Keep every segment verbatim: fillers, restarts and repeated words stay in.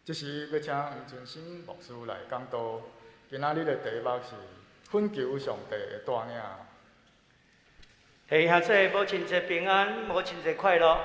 这是要请黄春生牧师来讲道。今仔日的题目是恳求上帝的带领。 嘿，下世母亲节平安，母亲节快乐。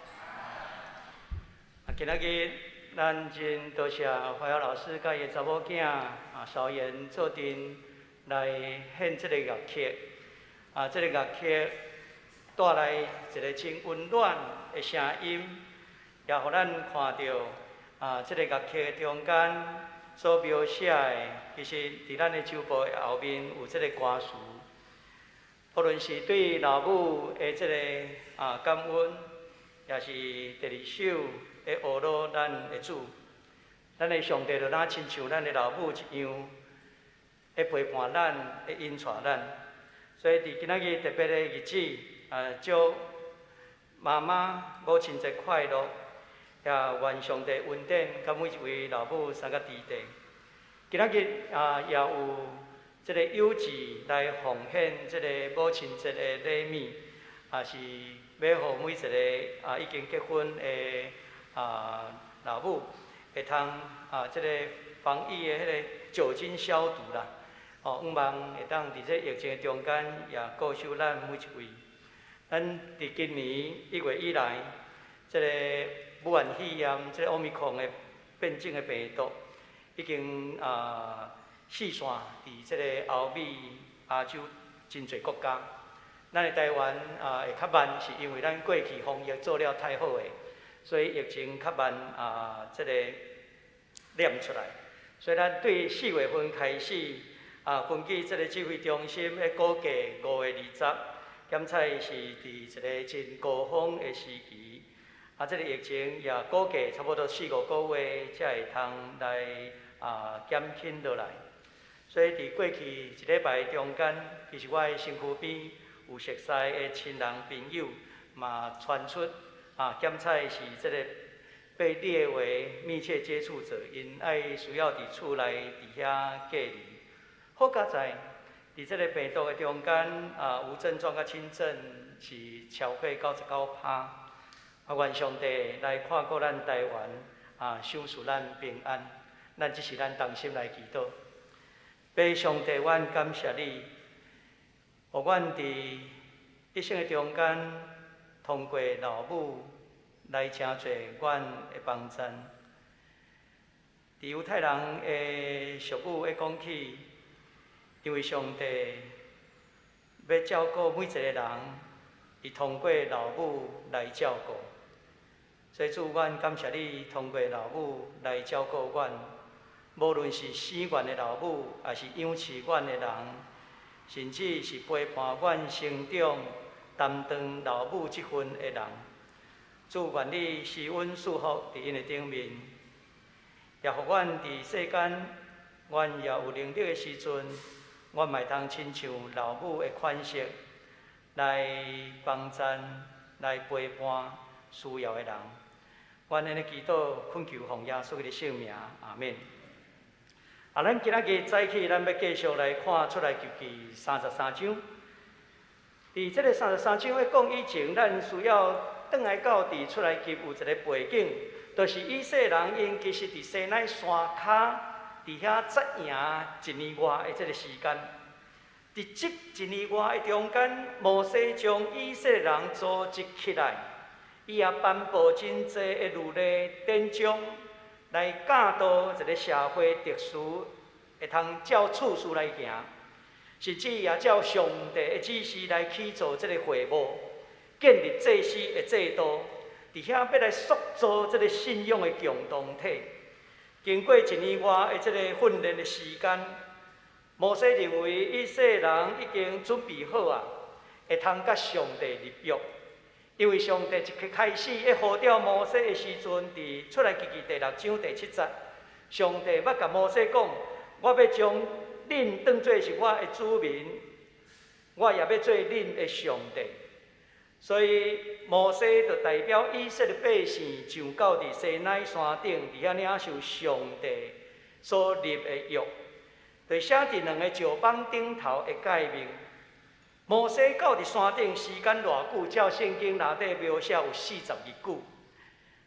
啊，今仔日咱真多谢花瑶老师甲伊查某囝啊邵妍做阵来献这个乐曲。啊，这个乐曲带来一个真温暖的声音，也互咱看到啊，这个乐曲中间所描写的，其实伫咱的周报的后面有这个歌词。无论是对老母的这个啊感恩，也是第二首的学罗咱的主，咱的上帝就哪亲像咱的老母一样，会陪伴咱，会引带咱。所以伫今仔日特别的日子，啊，祝妈妈母亲节快乐，也愿上帝恩典，甲每一位老母三个弟弟。今仔日啊，也有这个友志来奉献这个母亲节的礼物，也是要互每一个啊已经结婚的啊老母，会通啊这个防疫的迄个酒精消毒啦。哦，希望会当伫这疫情的中间，也顾守咱每一位。咱伫今年一月以来，这个武汉肺炎、这个奥密克戎的变种的病毒，已经啊四散伫这个欧美、亚洲真侪国家。咱的台湾啊会较慢，是因为咱过去防疫做了太好诶，所以疫情较慢啊，这个念出来。所以咱对四月份开始。啊，根据这个指挥中心的估计，五月二十，检测是伫一个真高峰的时期。啊，这个疫情也估计差不多四五个月才会通来啊减轻落来。所以伫过去一礼拜中间，其实我的身躯边有熟悉的亲人朋友，嘛传出啊检测是这个被列为密切接触者，因爱需要伫厝内伫遐隔离。好佳在，伫这个病毒的中间，啊，无症状甲轻症是超过九十九趴。啊，愿上帝来看顾咱台湾，啊，赏赐咱平安。咱只是咱同心来祈祷。拜上帝，阮感谢你，互阮伫一生的中间，通过老母来真侪阮的帮衬。伫犹太人的俗语会讲起。因为上帝要照顾每一个人，伊通过老母来照顾。所以主，阮感谢你通过老母来照顾阮，无论是死愿的老母，还是养饲阮的人，甚至是陪伴阮成长、担当老母这份的人。主，愿你施恩赐福伫因的顶面，也互阮伫世间，阮也有能力的时阵。阮嘛会通亲像老母的款式，来帮衬、来陪伴需要的人。阮安尼祈祷，恳求奉耶稣的圣名，阿免。啊，咱今仔日早起，咱要继续来看出来记记三十三章。伫这个三十三章要讲以前，咱需要转来到伫出来记有一个背景，就是以色列人因其实伫西奈山骹。伫遐扎营一年外的这个时间，伫这一年外的中间，摩西将以色列人组织起来，伊也颁布真济的律例典章，来教导一个社会特殊，会通照次序来行，甚至也照上帝的指示来去做这个会务，建立祭司的制度，伫遐要来塑造这个信仰的共同体。经过一年外的这个训练的时间，摩西认为以色列人已经准备好啊，会通甲上帝立约。因为上帝一开始要呼召摩西的时阵，伫出来记记第六章第七节，上帝捌甲摩西讲：我要将恁当作是我的子民，我也要做恁的上帝。所以摩西就代表以色列百姓上到伫西奈山顶，伫遐领受上帝所立的约，就写伫两个石板顶头的诫命。摩西到伫山顶时间偌久？照圣经内底描写有四十二句。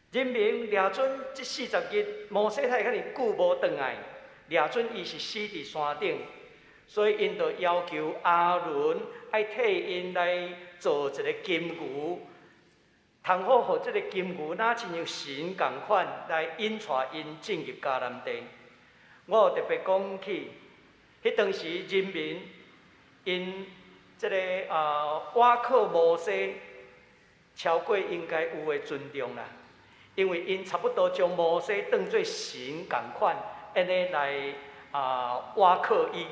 人民掠准这四十日，摩西太遐尼久无转来，掠准伊是死伫山顶，所以因就要求阿伦爱替因来做一个金牛，通好互这个金牛哪亲像神共款来引带因进入迦南地。我有特别讲起，迄当时人民因这个啊瓦靠摩西超过应该有的尊重啦。因为因差不多将摩西当作神共款，安尼来啊挖靠伊。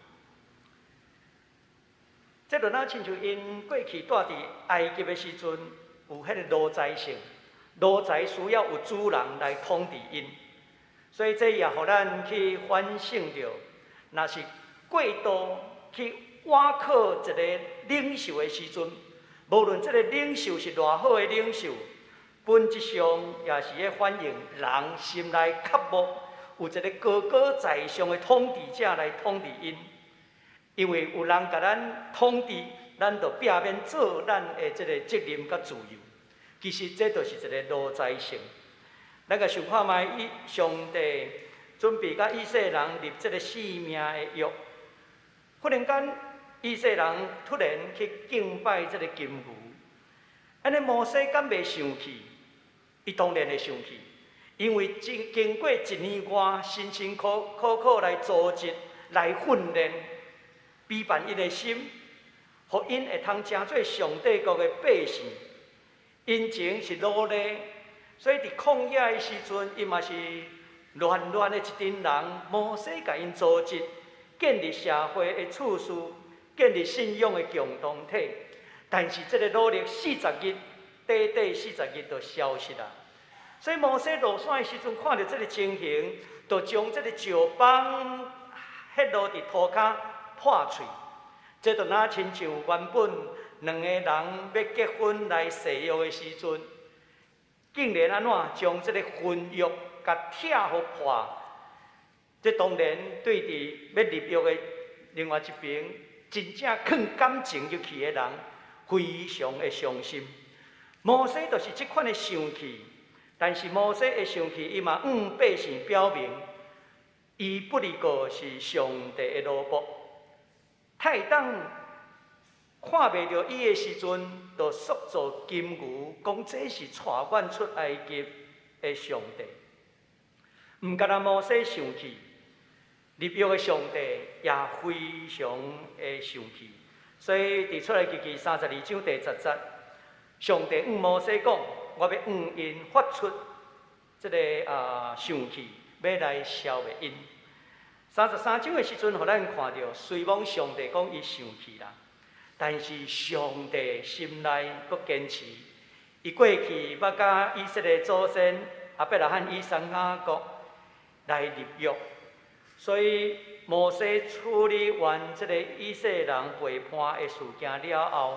这就哪亲像因过去住伫埃及的时阵，有迄个奴才性，奴才需要有主人来统治因，所以这也互咱去反省着，若是过度去挖靠一个领袖的时阵，无论这个领袖是偌好的领袖。本质上也是咧反映人心内渴慕有一个高高在上的统治者来统治因，因为有人甲咱统治，咱就避免做咱的这个责任甲自由。其实这就是一个奴才性。咱个想看卖，以上帝准备甲以色列人立这个性命的约，忽然间以色列人突然去敬拜这个金牛，安尼摩西敢袂生气？伊当然会生气，因为经经过一年外辛辛苦苦苦来组织、来训练，批判因的心，互因会通成做上帝国的百姓。因情是努力，所以伫抗野的时阵，伊嘛是乱乱的一群人。摩西甲因组织，建立社会的次序，建立信仰的共同体。但是这个努力四十日。短短四十日就消失啦，所以摩西落山的时阵，看到这个情形，就将这个石棒迄落伫涂骹破碎。这就哪亲像原本两个人要结婚来誓约的时阵，竟然安怎将这个婚约甲拆互破？这当然对伫要立约的另外一边，真正放感情入去的人，非常的伤心。摩西就是即款的生气，但是摩西的生气，伊嘛向百姓表明，伊不离个是上帝的奴仆。他会当看袂到伊的时阵，就塑造金牛，讲这是带阮出埃及的上帝。毋干那摩西生气，立约的上帝也非常的生气。所以伫出来记记三十二章第十节。上帝向摩西讲：“我要向因发出这个啊生气，要来消灭因。”三十三章的时阵，互咱看到，虽讲上帝讲伊生气啦，但是上帝心内阁坚持。伊过去捌甲以色列祖先阿伯拉罕、以撒、雅各来立约，所以摩西处理完这个以色列人背叛的事件了后。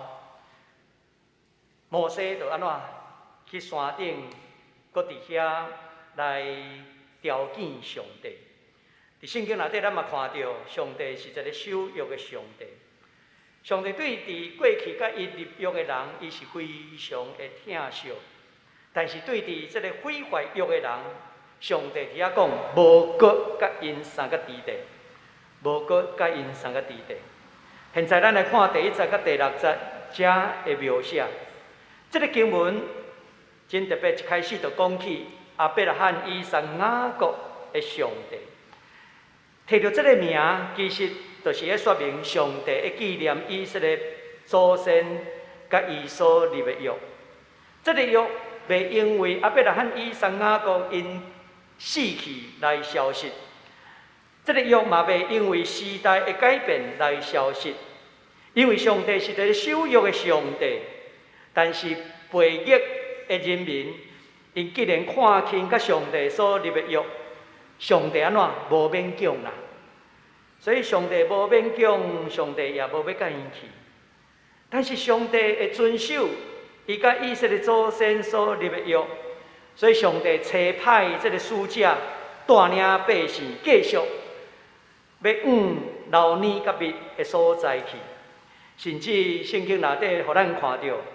摩西就安怎去山顶，搁伫遐来朝见上帝。伫圣经内底，咱嘛看到，上帝是一个守约的上帝。上帝对伫过去甲伊立约的人，伊是非常的疼惜；但是对伫即个毁坏约的人，上帝伫遐讲，无搁甲因三个地地，无搁甲因三个地地。现在咱来看第一节甲第六节，遮的描写。这个经文真特别，一开始就讲起阿伯拉罕、以撒、雅各的上帝，提到这个名，其实就是咧说明上帝会纪念以色列祖先甲伊所立的约。这个约袂因为阿伯拉罕、以撒、雅各因死去来消失，这个约嘛袂因为时代的改变来消失，因为上帝是一个守约的上帝。但是背逆的人民，因既然看轻甲上帝所立的约，上帝安怎无勉强啦？所以上帝无勉强，上帝也无要甲因去。但是上帝会遵守伊甲以色列祖先所立的约，所以上帝差派这个使者带领百姓继续要往老年甲密的所在去，甚至圣经内底互咱看到。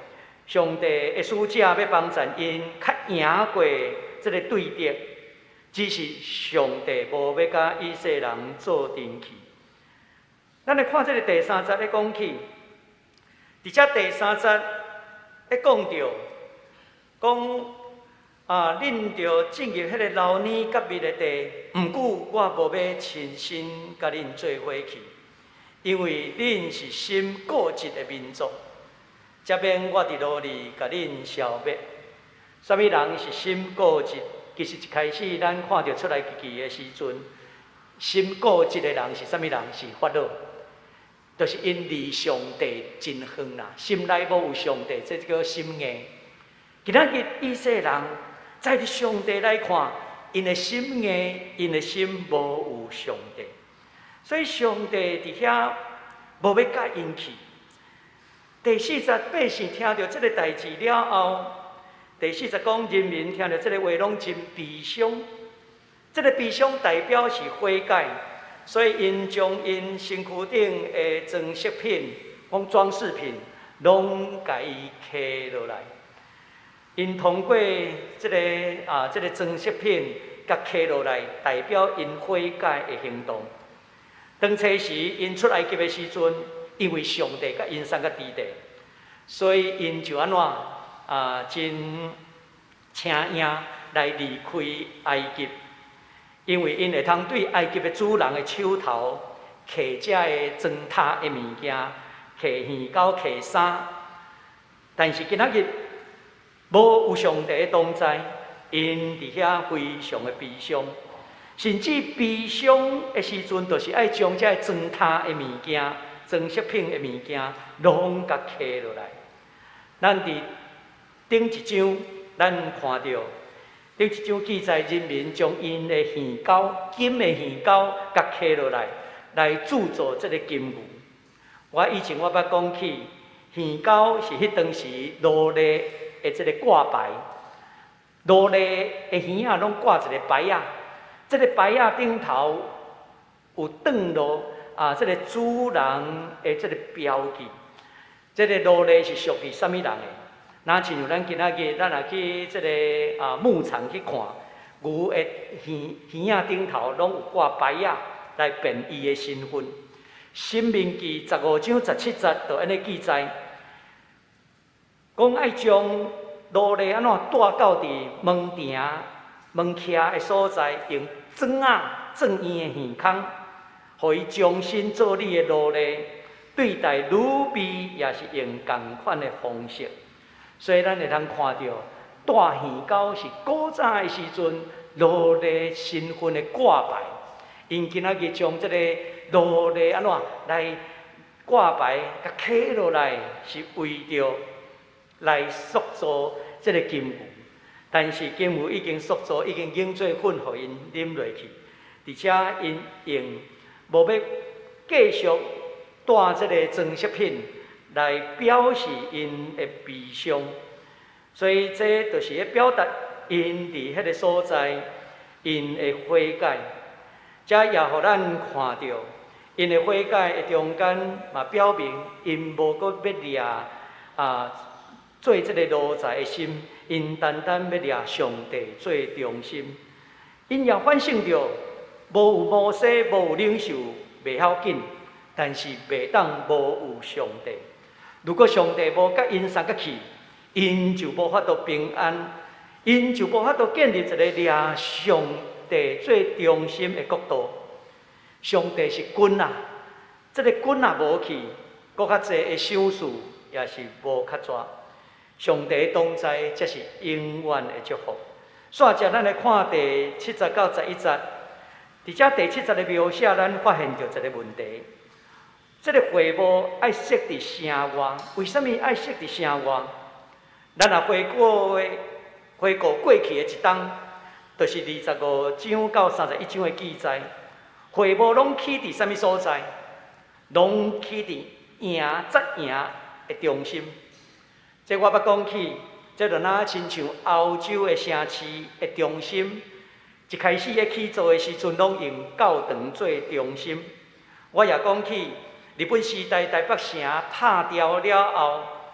上帝的使者要帮助因较赢过这个对敌，只是上帝无要甲以色列人做阵去。咱来看这个第三节咧讲起，伫遮第三节咧讲到，讲啊，恁着进入迄个流年甲密的地，毋过我无要亲身甲恁做伙去，因为恁是心固执的民族，才免我伫路里甲恁消灭。啥物人是心固执？其实一开始咱看到出来记记的时阵，心固执的人是啥物人？是法老。就是因离上帝真远啦，心内无有上帝，这叫心硬。今仔日以色列人在伫上帝来看，因的心硬，因的心无有上帝，所以上帝伫遐无要甲因去。第四节百姓听到这个代志了后，第四节讲人民听到这个话拢真悲伤，这个悲伤代表是悔改。所以，因将因身躯顶的装饰品、讲装饰品，拢甲伊刻落来。因通过这个啊，这个装饰品甲刻落来，代表因悔改的行动。当初时，因出埃及的时阵，因为上帝甲因送个地地，所以因就安怎啊，真请缨来离开埃及。因为因会通对埃及的主人的手头摕遮的装塔的物件，摕耳狗、摕衫，但是今仔日无有上帝的同在，因伫遐非常的悲伤，甚至悲伤的时阵，就是爱将遮装塔的物件、装饰品的物件，拢甲刻落来。咱伫顶一章，咱看到。顶一章记载，人民将因的耳狗、金的耳狗，甲刻落来，来铸造这个金牛。我以前我捌讲起，耳狗是迄当时奴隶的这个挂牌，奴隶的耳仔拢挂一个牌仔，这个牌仔顶头有登落啊，这个主人的这个标记。这个奴隶是属于啥物人的？那亲像咱今仔日，咱若去即个啊牧场去看，牛的耳耳仔顶头拢有挂牌仔来辨伊的身份。《申命记》十五章十七节就安尼记载，讲爱将奴隶安怎带到伫门埕、门徛的所在，用钻仔钻伊的耳孔，互伊重新做你的奴隶，对待女婢也是用同款的方式。所以咱会通看到，带耳狗是古早的时阵奴隶身份的挂牌。因今仔日将这个奴隶安怎来挂牌，甲刻落来，是为着来塑造这个金牛。但是金牛已经塑造，已经凝做粉，互因啉落去，而且因用无要继续带这个装饰品。来表示因的悲伤，所以这就是咧表达因伫迄个所在因的悔改，这也互咱看到因的悔改的中间嘛，表明因无阁要掠啊做这个奴才的心，因单单要掠上帝做中心，因也反省着无有摩西，无有领袖袂要紧，但是袂当无有上帝。如果上帝无甲因送甲去，因就无法度平安，因就无法度建立一个掠上帝最中心的国度。上帝是君啊，这个君啊无去，搁较济的赏赐也是无较绝。上帝的同在，这是永远的祝福。煞接咱来看第七节到十一节，伫遮第七节的描写，咱发现着一个问题。这个会幕爱设伫城外，为什么爱设伫城外？咱若回顾的回顾过去的一冬，就是二十五章到三十一章的记载，会幕拢起伫什么所在？拢起伫营杂营的中心。这我捌讲起，这就若亲像欧洲的城市的中心，一开始咧起造的时阵，拢用教堂做中心。我也讲起。日本时代台北城拍掉了后，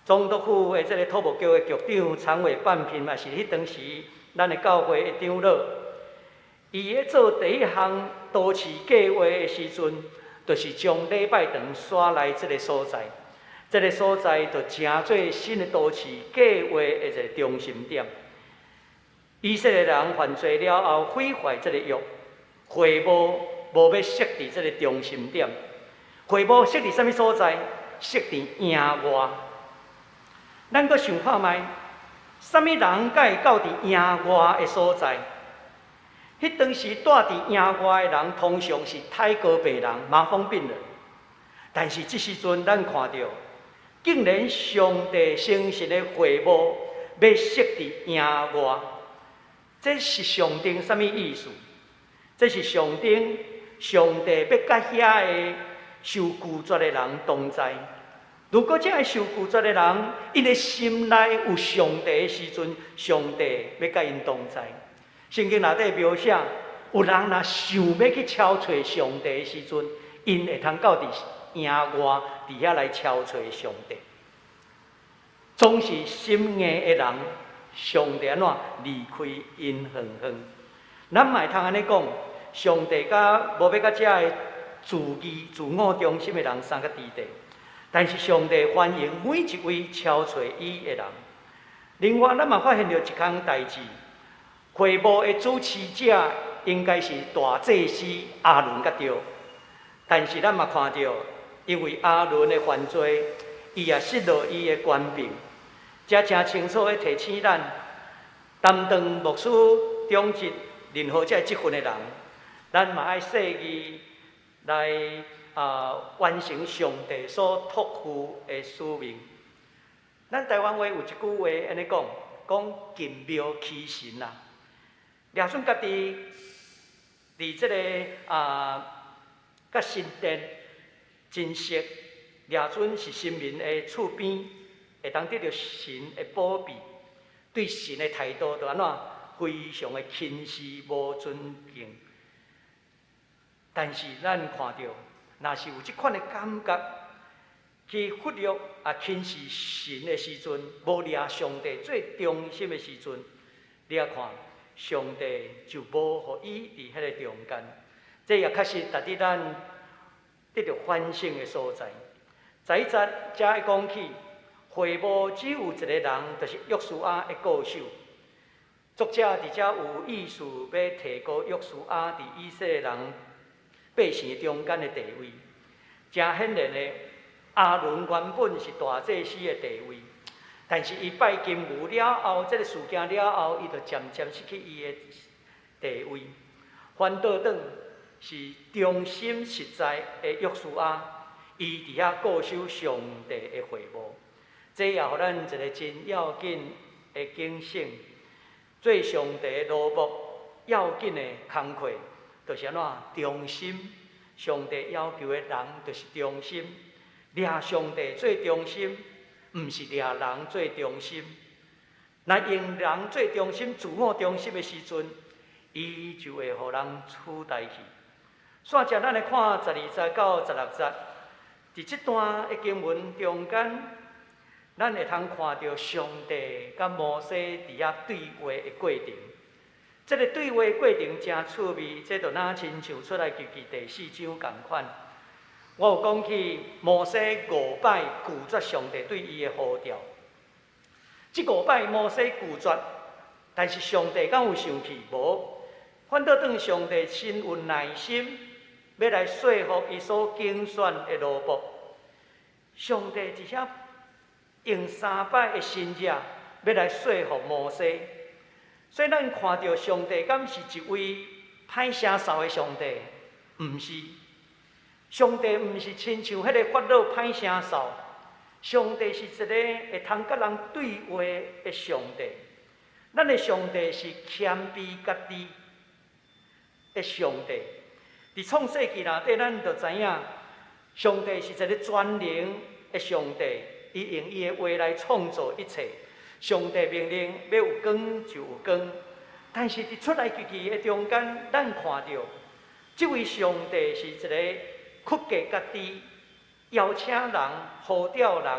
总督府的这个土木局的局长常委半平嘛，是迄当时咱的教会的长老。伊咧做第一项都市计划的时阵，就是将礼拜堂刷来这个所在。这个所在就成做新的都市计划的一个中心点。以色列人犯罪了后，毁坏这个约，会幕无要设伫这个中心点。会幕设伫什么所在？设伫营外。咱阁想看卖，什么人会到伫营外的所在？迄当时住伫营外的人，通常是太高病人、麻风病人。但是这时阵，咱看到，竟然上帝诚实的会幕要设伫营外，这是上帝什么意思？这是上帝，上帝要甲遐个受拒绝的人同在。如果这个受拒绝的人，因的心内有上帝的时阵，上帝要甲因同在。圣经内底描写，有人若想要去敲找上帝的时阵，因会通到伫营外伫遐来敲找上帝。总是心硬的人，上帝安怎离开因远远？咱嘛会通安尼讲，上帝甲无要甲遮个自义、自我中心的人三个地地。但是上帝欢迎每一位敲找伊的人。另外，咱嘛发现到一项代志，会幕的主持者应该是大祭司亚伦甲对。但是咱嘛看到，因为亚伦的犯罪，伊也失落伊的权柄。这真清楚的提醒咱，担当牧师长职任何这职份的人，咱嘛爱细意来。啊！完成上帝所托付的使命。咱台湾话有一句话安尼讲，讲敬庙祈神啦。抓准家己伫这个啊，甲神殿珍惜，抓准是神明的厝边，会当得到神的保庇。对神的态度就安怎非常的轻视无尊敬。但是咱看到。若是有即款的感觉，去忽略啊轻视神的时阵，无掠上帝最中心的时阵，你啊看，上帝就无互伊伫迄个中间。这也确实值得咱得到反省的所在。在一则才会讲起，会幕只有一个人，就是约书亚的歌手。作者伫遮有意思，要提高约书亚伫以色列人。百姓中间的地位，真显然的，亚伦原本是大祭司的地位，但是伊拜金牛了后，这个事件了后，伊就渐渐失去伊的地位。反倒转是忠心实在的约书亚，伊伫遐固守上帝的会幕，这也互咱一个真要紧的警醒。做上帝的罗幕，要紧的工课。就是安怎忠心，上帝要求的人就是忠心。掠上帝最忠心，毋是掠人最忠心。若用人最忠心、自我忠心的时阵，伊就会互人取代去。煞接咱来看十二节到十六节，伫即段的经文中间，咱会通看到上帝甲摩西伫遐对话的过程。这个对话过程真趣味，这就哪亲像出来记记第四章同款。我有讲起摩西五摆拒绝上帝对伊的呼召，这五摆摩西拒绝，但是上帝敢有生气？无，反倒当上帝真有耐心，要来说服伊所竞选的罗卜。上帝伫遐用三摆的新者，要来说服摩西。所以咱看到上帝敢是一位歹声哨的上帝？毋是，上帝毋是亲像迄个法老歹声哨，上帝是一个会通甲人对话的上帝。咱的上帝是谦卑家己的上帝。伫创世纪内底，咱就知影，上帝是一个全能的上帝，伊用伊的话来创造一切。上帝命令要有光就有光，但是伫出来记记的中间，咱看到，这位上帝是一个屈格家己，邀请人、呼召人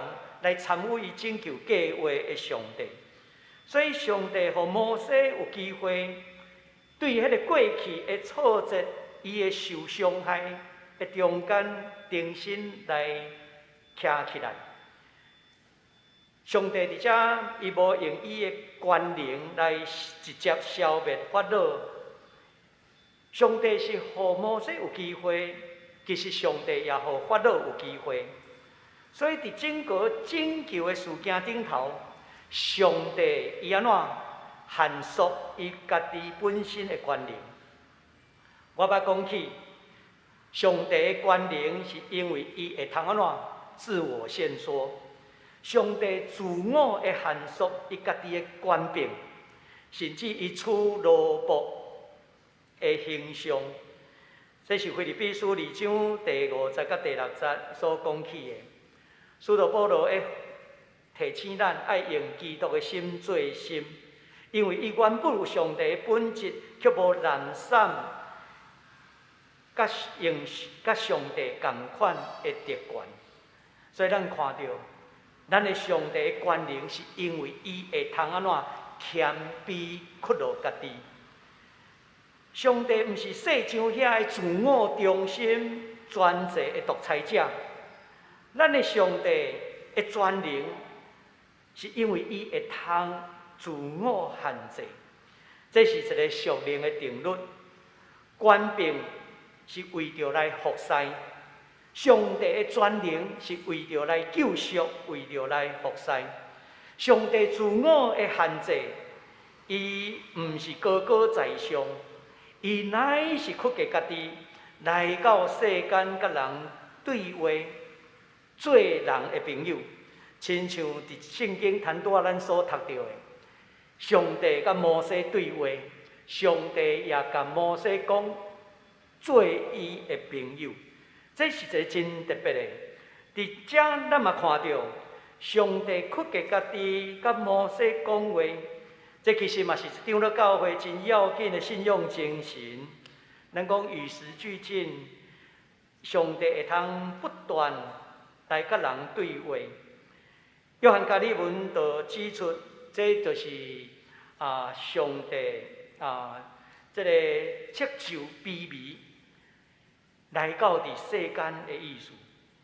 来参与伊拯救计划的上帝。所以上帝互摩西有机会，对迄个过去的挫折、伊的受伤害的中间，重新来徛起来。上帝伫遮，伊无用伊的权能来直接消灭法老。上帝是互摩西有机会，其实上帝也互法老有机会。所以伫整个拯救的事件顶头，上帝伊安怎限缩伊家己本身的权能？我捌讲起，上帝的权能是因为伊会通安怎自我限缩。上帝自我会限缩伊家己的权柄，甚至伊取罗卜的形象。这是腓立比书二章第五节甲第六节所讲起的。使徒保罗会提醒咱爱用基督的心做心，因为伊原本有上帝的本质，却无懒散，甲用甲上帝同款的特权。所以咱看到。咱的上帝的权能，是因为伊会通安怎谦卑屈落家己。上帝毋是世上遐的自我中心、专制的独裁者。咱的上帝的权能，是因为伊会通自我限制。这是一个属灵的定律。权柄是为着来服侍。上帝的权能是为着来救赎，为着来服侍。上帝自我的限制，伊毋是高高在上，伊乃是屈给家己来到世间，甲人对话，做人的朋友。亲像伫圣经谈多咱所读到的，上帝甲摩西对话，上帝也甲摩西讲，做伊的朋友。这是一个真特别的。伫遮咱嘛看到，上帝屈给家己，甲摩西讲话，这其实嘛是一张了教会真要紧的信仰精神。咱讲与时俱进，上帝会通不断来甲人对话。约翰加利文就指出，这就是啊上帝啊这个拯救卑微。来到伫世间的意思，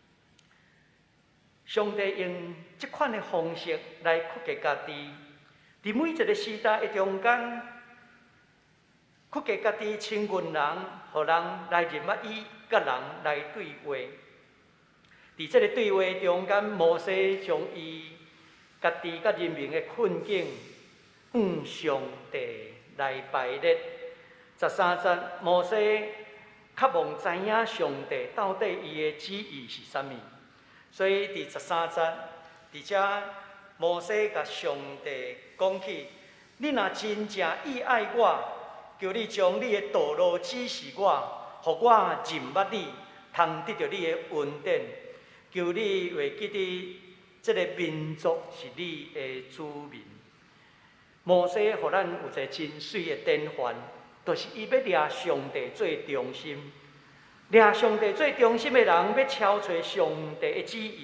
上帝用这款的方式来屈给家己，伫每一个时代的中间，屈给家己亲近人，互人来认捌伊，甲人来对话。伫这个对话中间，摩西将伊家己甲人民的困境，向上帝来排列。十三节，摩西渴望知影上帝到底伊的旨意是啥物，所以伫十三节，伫遮摩西甲上帝讲起：你若真正意爱我，求你将你的道路指示我，互我认捌你，通得到你的恩典。求你会记得这个民族是你的子民。摩西互咱有一个真水的典范。就是伊要掠上帝做中心，掠上帝做中心的人，要超找上帝的旨意，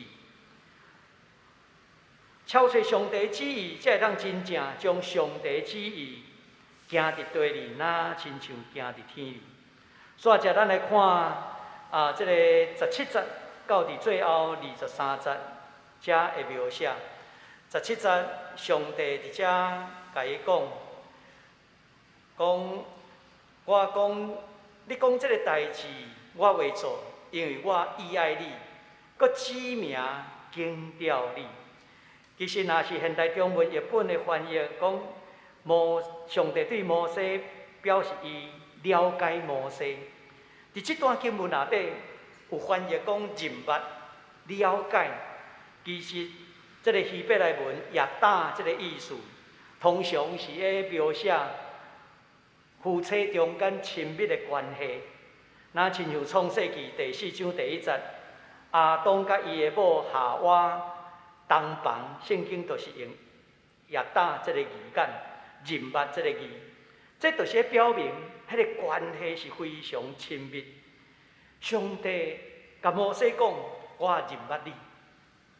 超找上帝的旨意，才会当真正将上帝的旨意行伫地里，那亲像行伫天里。所以，则咱来看啊，这个十七节到伫最后二十三节，遮会描写。十七节，上帝伫遮甲伊讲，讲。我讲，你讲这个代志，我会做，因为我意爱你，佮指名敬调你。其实，若是现代中文译本的翻译，讲摩上帝对摩西表示伊了解摩西。伫这段经文内底有翻译讲认捌、了解。其实，这个希伯来文也打这个意思，通常是咧描写。夫妻中间亲密的关系，那亲像创世纪第四章第一节，亚当甲伊的某夏娃同房，圣经就是用亚当这个字眼，认捌这个字，这就是表明迄个关系是非常亲密。上帝甲摩西讲：“我认捌你。”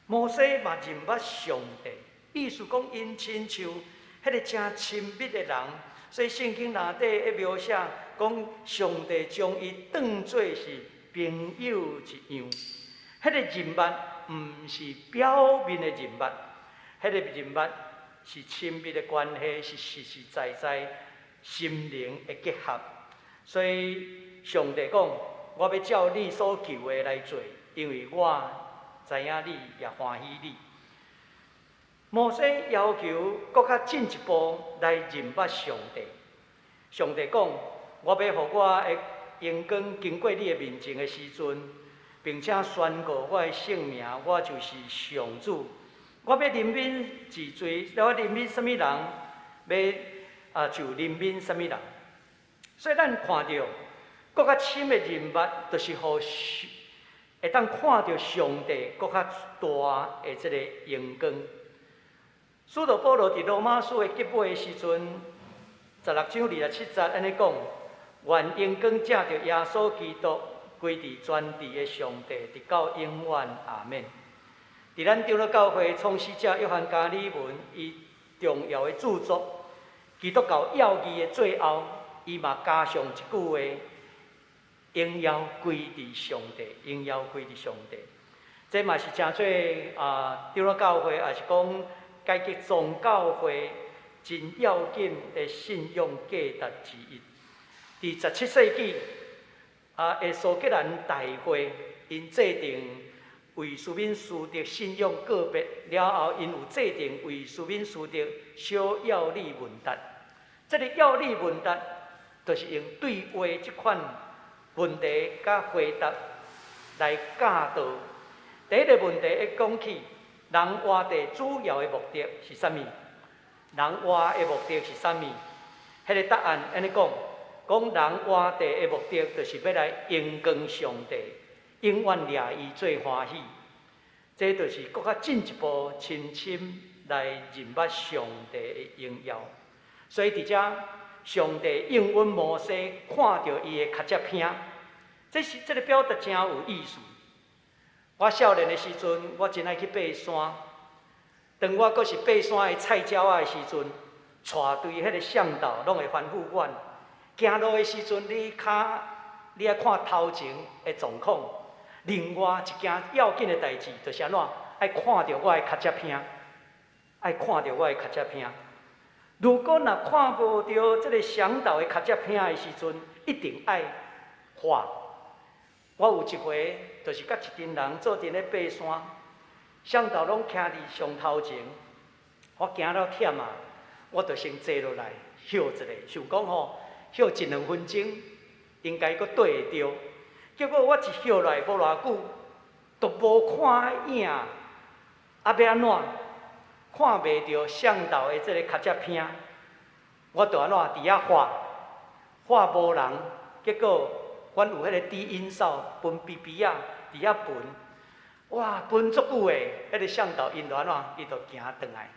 摩西嘛认捌上帝，意思讲因亲像迄个真亲密的人，所以圣经内底一描写讲上帝将伊当作是朋友一样。迄个认捌毋是表面的认捌，迄个认捌是亲密的关系，是实实在在心灵的结合。所以上帝讲：我要照你所求的来做，因为我知影你也欢喜你。摩西要求搁较进一步来认捌上帝。上帝讲：我要互我的阳光经过你的面前的时阵，并且宣告我的姓名，我就是上主。我要怜悯治罪，我怜悯什么人，要啊就怜悯什么人。所以咱看到搁较深的认捌，就是互会当看到上帝搁较大的这个阳光。使徒保罗伫罗马书的结尾的时阵，十六章二十七节安尼讲：愿阳光借着耶稣基督归伫全地的上帝，直到永远。阿们。伫咱长老教会创始者约翰加里文伊重要的著作《基督教要义》的最后，伊嘛加上一句话：荣耀归伫上帝，荣耀归伫上帝。这嘛是真做啊，长老教会也是讲改革宗教会真要紧的信仰价值之一。伫十七世纪啊，的苏格兰大会因制定为斯敏斯特信仰个别了后，因有制定为斯敏斯特小要理问答。这个要理问答，就是用对话这款问题甲回答来教导。第一个问题一讲起，人活地主要的目的是啥物？人活的目的是啥物？迄个答案安尼讲，讲人活地的目的就是要来荣光上帝。永远掠伊最欢喜，这就是搁较进一步深深来认捌上帝的荣耀。所以伫遮，上帝应允摩西看到伊的脚趾片，这是这个表达真有意思。我少年的时阵，我真爱去爬山。当我阁是爬山的菜鸟仔的时阵，带队迄个向导拢会吩咐阮，行路的时阵，你骹你爱看头前的状况。另外一件要紧的代志，就是安怎爱看到我的脚趾片，爱看到我的脚趾片。如果若看无到这个向导的脚趾片的时阵，一定爱画。我有一回，就是甲一群人做阵咧爬山，向导拢徛伫上头前，我行到忝啊，我就先坐落来歇一下，想讲吼，歇一两分钟，应该阁对会着。结果我一歇落来无偌久，都无看影，啊要安怎？看袂到向导的这个脚趾片，我就安怎伫遐画，画无人。结果阮有迄个低音哨分 B B 啊，伫遐分，哇，分足久诶！迄个向导因就安怎？伊就行转来，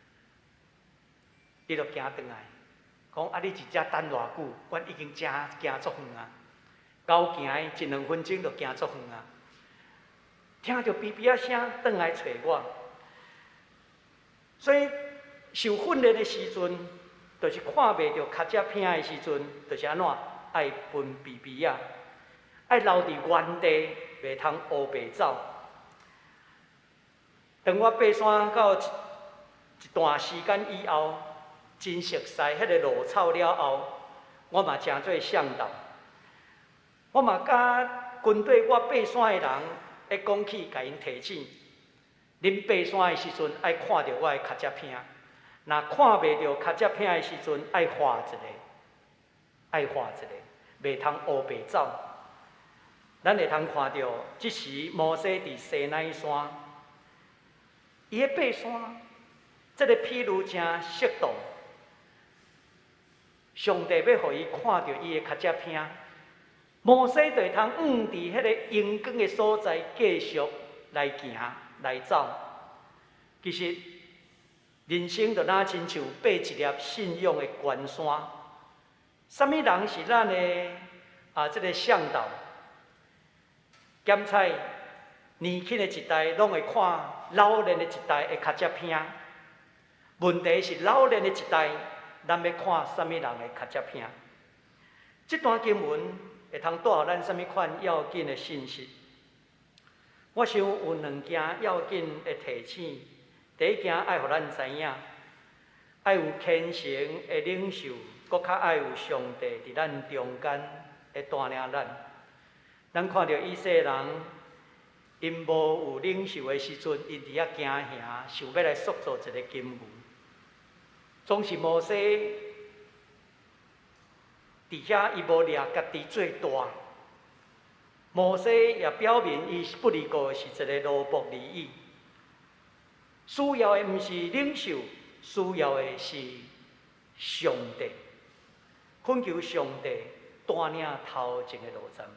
伊就行转来，讲啊，你伫遮等偌久？阮已经真行足远啊！高行的一两分钟就行足远啊！听到哔哔啊声，转来找我。所以受训练的时阵，就是看袂到脚趾片的时阵，就是安怎爱分哔哔啊，爱留伫原地，袂通乌白走。当我爬山到一一段时间以后，真熟悉迄个路草了后，我嘛诚做向导。我嘛甲军队我爬山的人会讲起，甲因提醒：恁爬山的时阵爱看到我的脚趾片，若看袂到脚趾片的时阵，爱画一个，爱画一个，袂通乌白走。咱会通看到，即时摩西伫西奈山，伊咧爬山，这个披露真适当。上帝要互伊看到伊的脚趾片。摩西就会通往伫迄个阳光的所在继续来行来走。其实人生就若亲像爬一粒信仰的悬山，什么人是咱的啊？这个向导？检采年轻的一代拢会看老年的一代会较接拼。问题是老年的一代，咱要看什么人会较接拼？这段经文会通带予咱什么款要紧的信息？我想有两件要紧的提醒。第一件爱互咱知影，爱有虔诚的领袖，搁较爱有上帝伫咱中间会带领咱。咱看到以色列人，因无有领袖的时阵，因伫遐惊吓，想要来塑造一个金牛。总是摩西伫遐，伊无掠家己做大。摩西也表明，伊不离过是一个奴仆而已。需要的毋是领袖，需要的是上帝。恳求上帝带领头前的路站。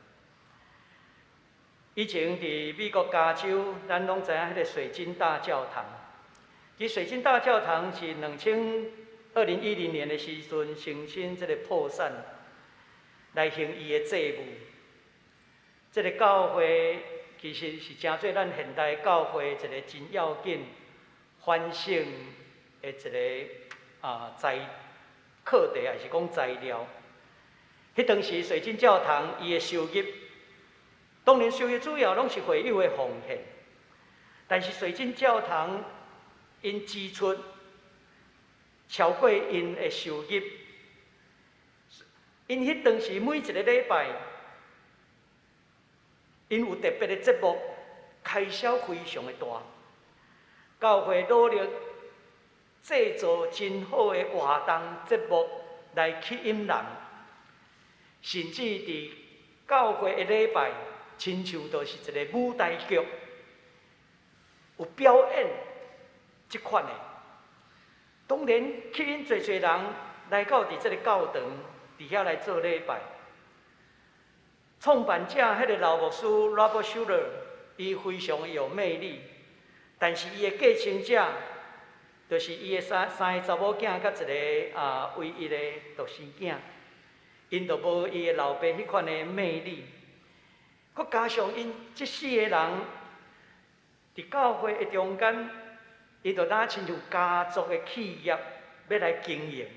以前伫美国加州，咱拢知影迄个水晶大教堂。其水晶大教堂是两千二零一零年的时阵，澄清这个破产，来行伊的祭务。这个教会其实是真做咱现代教会一个真要紧反省的一个啊材课题，还是讲材料。迄当时水晶教堂伊的收入，当然收入主要拢是会友的奉献，但是水晶教堂因支出超过因的收入，因迄当时每一个礼拜，因有特别的节目，开销非常的大。教会努力制作真好的活动节目来吸引人，甚至伫教会的礼拜，亲像都是一个舞台剧，有表演即款的。当然，吸引侪侪人来到伫这个教堂，伫遐来做礼拜。创办者迄个老牧师 Robert Schuller， 伊非常有魅力。但是伊的继承者，就是伊的三三个查某囝，甲一个啊唯一的独生囝，因就无伊的老爸迄款的魅力。佮加上因即四个人，伫教会的中间，伊就若亲像家族的企业要来经营。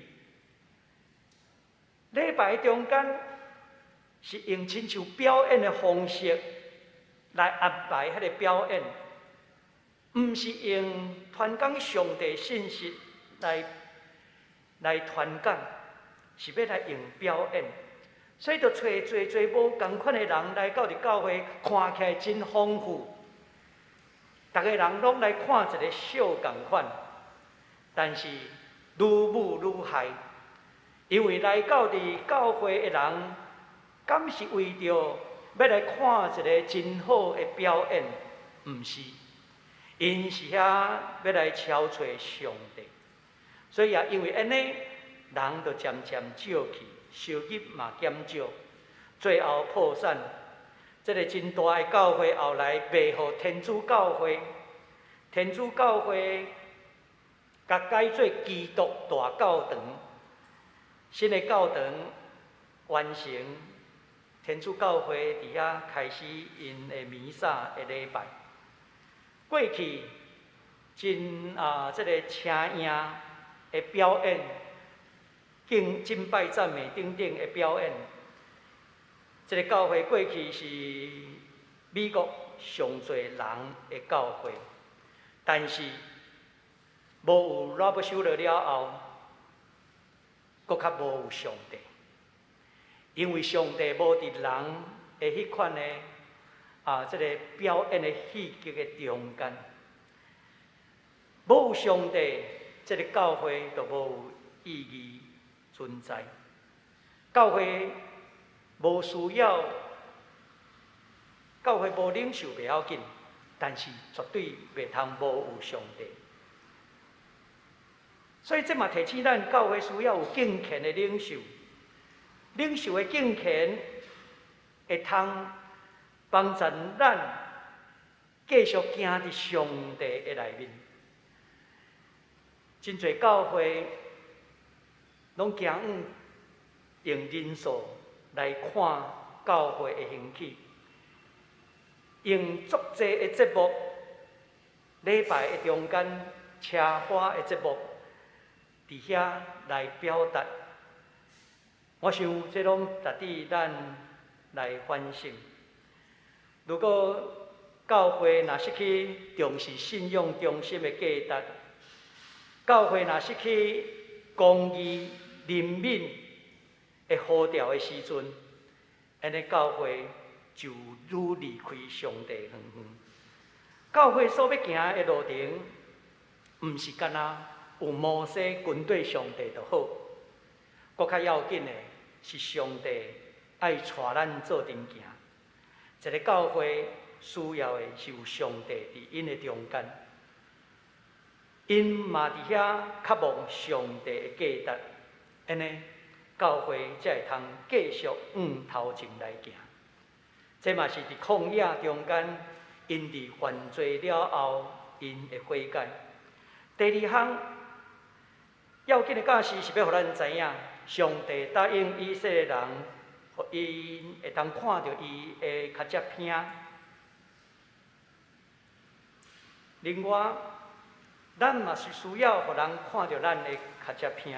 礼拜中间是用亲像表演的方式来安排迄个表演。毋是用传讲上帝信息来来传讲，是要来用表演，所以就找侪侪无共款的人来到伫教会，看起来真丰富。逐个人拢来看一个小共款，但是愈舞愈害，因为来到伫教会的人，敢是为着要来看一个真好的表演，毋是。因是遐要来超找上帝，所以也因为安尼，人就渐渐少去，收入嘛减少，最后破产。这个真大的教会后来卖互天主教会，天主教会甲改做基督大教堂，新的教堂完成，天主教会伫遐开始因的弥撒的礼拜。过去真啊，这个车影的表演，敬敬拜赞美等等的表演，这个教会过去是美国上侪人的教会，但是无有 Robert Schuller 了后，搁较无有上帝，因为上帝无伫人的迄款的。啊！这个表演的戏剧的中间，无有上帝，这个教会就无有意义存在。教会无需要，教会无领袖袂要紧，但是绝对袂通无有上帝。所以这嘛提醒咱，教会需要有敬虔的领袖，领袖的敬虔会通。帮助咱继续行伫上帝的内面，真侪教会拢行往用人数来看教会的兴起， 用足济的节目，礼拜的中间车花的节目，伫遐来表达。我想这拢值得咱来反省。如果教会若失去重视信仰中心的价值，教会若失去公义、怜悯的呼召的时阵，安尼教会就愈离开上帝远远。教会所要行的路程，毋是干那有摩西军队上帝就好，搁较要紧的是上帝爱带咱做阵行。一个教会需要的是有上帝伫因的中间，因嘛伫遐渴望上帝的价值，安尼教会才会通继续往头前来行。这嘛是伫旷野中间，因伫犯罪了后，因会悔改。第二项要紧的假事是要互咱知影，上帝答应以色列人，互因会当看到伊的较接片。另外，咱嘛是需要互人看到咱的较接片。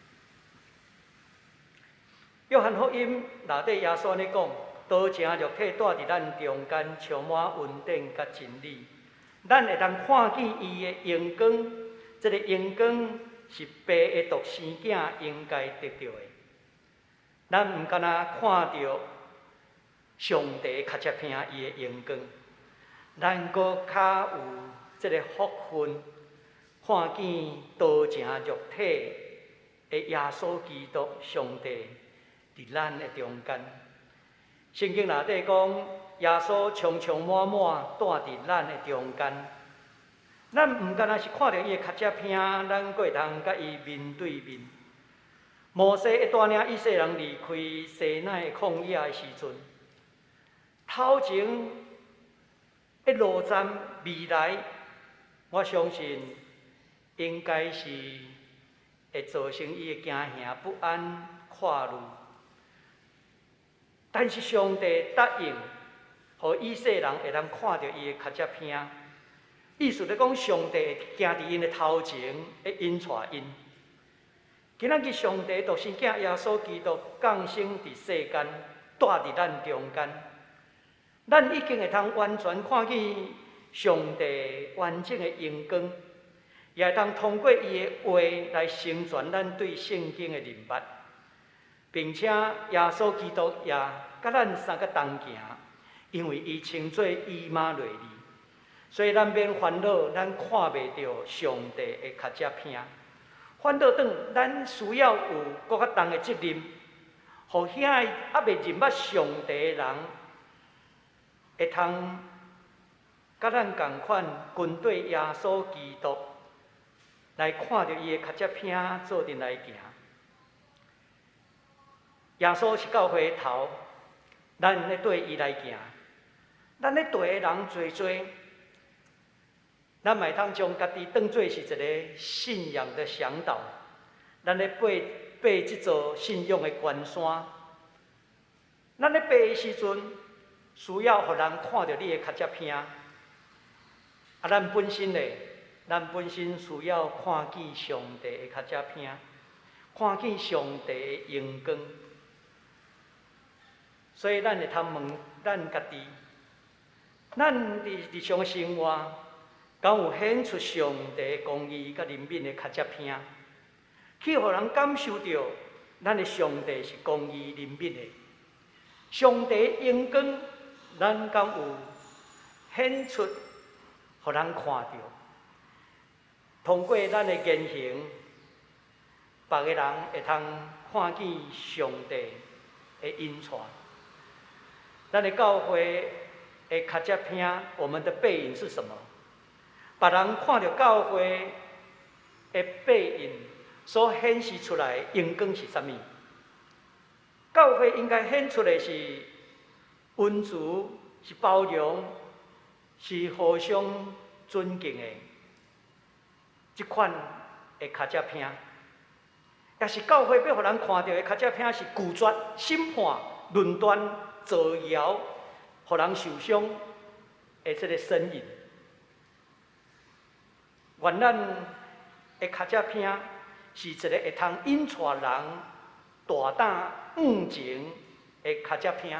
约翰福音内底耶稣咧讲，道成肉体住伫咱中间，充满恩典甲真理。咱会当看见伊的荣光，这个荣光是爸的独生囝应该得到的。咱毋敢若看到上帝较接片伊的荣光，咱搁较有这个福分，看见道成肉体的耶稣基督上帝伫咱的中间。圣经内底讲，耶稣充充满满住伫咱的中间。咱毋敢若是看到伊的较接片，咱搁会通甲伊面对面。摩西一带领以色列人离开西奈旷野的时阵，头前一路站未来，我相信应该是会造成伊的惊吓不安、看路。但是上帝答应，互以色列人会通看到伊的较接片，意思咧讲，上帝会行伫因的头前，会引带因。今仔日上帝独生囝耶稣基督降生伫世间，住伫咱中间，咱已经会通完全看见上帝完整的荣光，也会通通过伊的话来成全咱对圣经的认捌。并且耶稣基督也甲咱三个同行，因为伊称作以马内利，所以咱免烦恼，咱看袂到上帝的较接片。反倒转，咱需要有搁较重的责任，互遐还未认捌上帝的人，会通甲咱共款跟对耶稣基督来看到伊的较接片，做阵来行。耶稣是教会的头，咱咧对伊来行。咱咧对的人侪多，咱嘛会通将家己当作是一个信仰的向导。咱咧爬爬即座信仰的关山，咱咧爬的时阵，需要互人看到你的较接片。啊，咱本身咧，咱本身需要看见上帝的较接片，看见上帝的荣光。所以，咱会通问咱家己，咱伫日常的生活，敢有显出上帝公义甲怜悯的较接片，去互人感受到咱的上帝是公义怜悯的。上帝的荣光，咱敢有显出，互人看到。通过咱的言行，别个人会通看见上帝的恩宠。咱的教会的较接片，我们的背影是什么？别人看到教会的背影所显示出来的荣光是啥物？教会应该显出的是温慈，是包容，是互相尊敬的这款的较接片。也是教会要互人看到的较接片是拒绝、审判、论断。造谣，互人受伤， 的这个身影。愿咱的脚趾片是一个会通引带人大胆往前的脚趾片，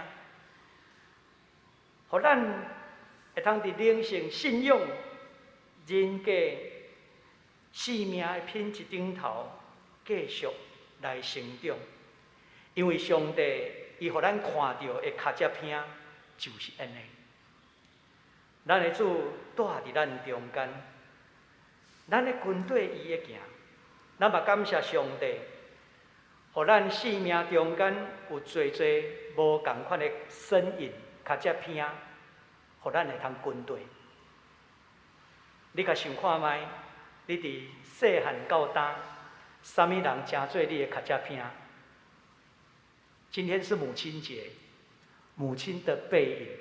互咱会通伫灵性信仰、人格、生命的品质顶头继续来成长。因为上帝伊互咱看到的脚趾片就是安尼。咱的主住伫咱中间，咱的军队伊会行。咱嘛感谢上帝，互咱生命中间有侪侪无共款的身影、脚趾片，互咱会通军队。你甲想看觅，你伫细汉到大，啥物人真做你的脚趾片？今天是母亲节，母亲的背影。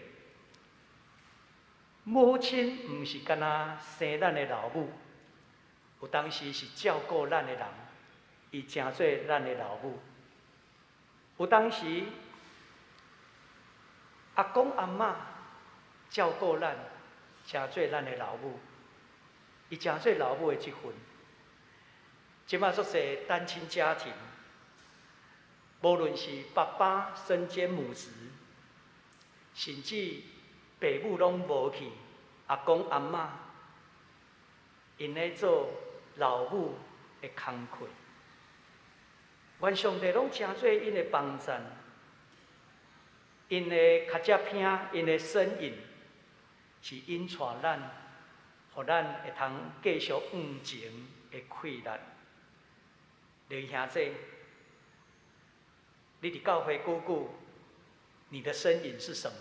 母亲毋是干那生咱的老母，有当时是照顾咱的人，伊真做咱的老母。有当时阿公阿嬷照顾咱，真做咱的老母，伊真做老母的一份。即马足侪单亲家庭。无论是爸爸身兼母职，甚至爸母拢无去，阿公阿嬷因咧做老母的工课，愿上帝拢真做因的帮衬，因的脚趾片，因的身影，是引带咱，互咱会通继续往前的气力。弟兄姊，你伫教会久久，你的身影是什么？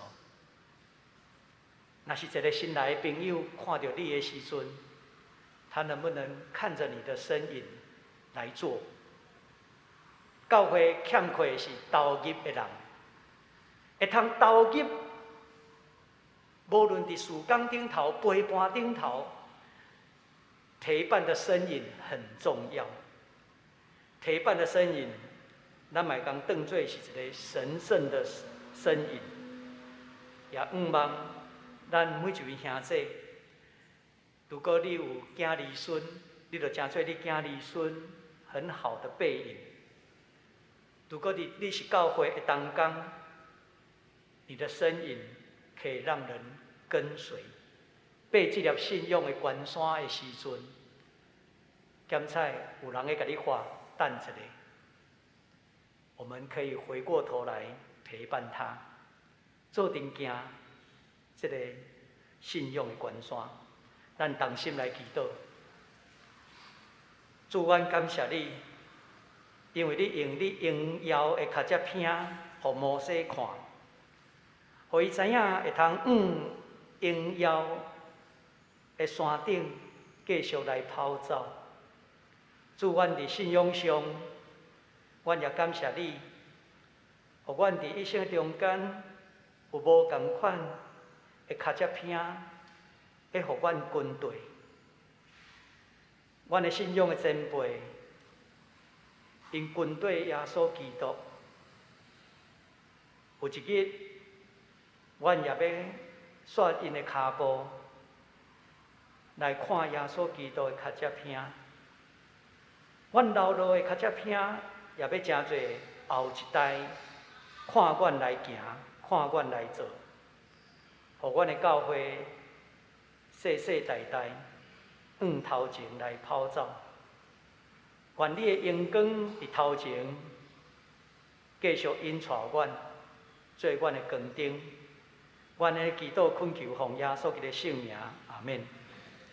那是一个新来的朋友看到你的时阵，他能不能看着你的身影来做？教会欠缺的是投入的人，会通投入，无论伫事工顶头、陪伴顶头，陪伴的身影很重要。陪伴的身影。咱嘛讲当作是一个神圣的身影，也盼望咱每一位兄弟，如果你有囝儿孙，你就真做你囝儿孙很好的背影。如果你你是教会的同工，你的身影可以让人跟随。爬这粒信仰的关山的时阵，检采有人会甲你话等一下。我们可以回过头来陪伴他，做阵行这个信仰的关山。咱同心来祈祷，主，阮感谢你，因为你用你荣耀的脚趾片，互摩西看，互伊知影会通往荣耀的山顶继续来跑走。主，阮伫信仰上。阮也感谢你，互阮伫一生中间有无共款的脚趾片，会互阮军队。阮的信仰的前辈，因军队耶稣基督，有一日，阮也要刷因的骹步，来看耶稣基督的脚趾片。阮老路的脚趾片。也要真侪后一代看阮来行，看阮来做，互阮的教会世世代代往头前来跑走。愿你的阳光伫头前继续引带阮，做阮的光灯。阮的祈祷恳求奉耶稣基督的圣名，阿免。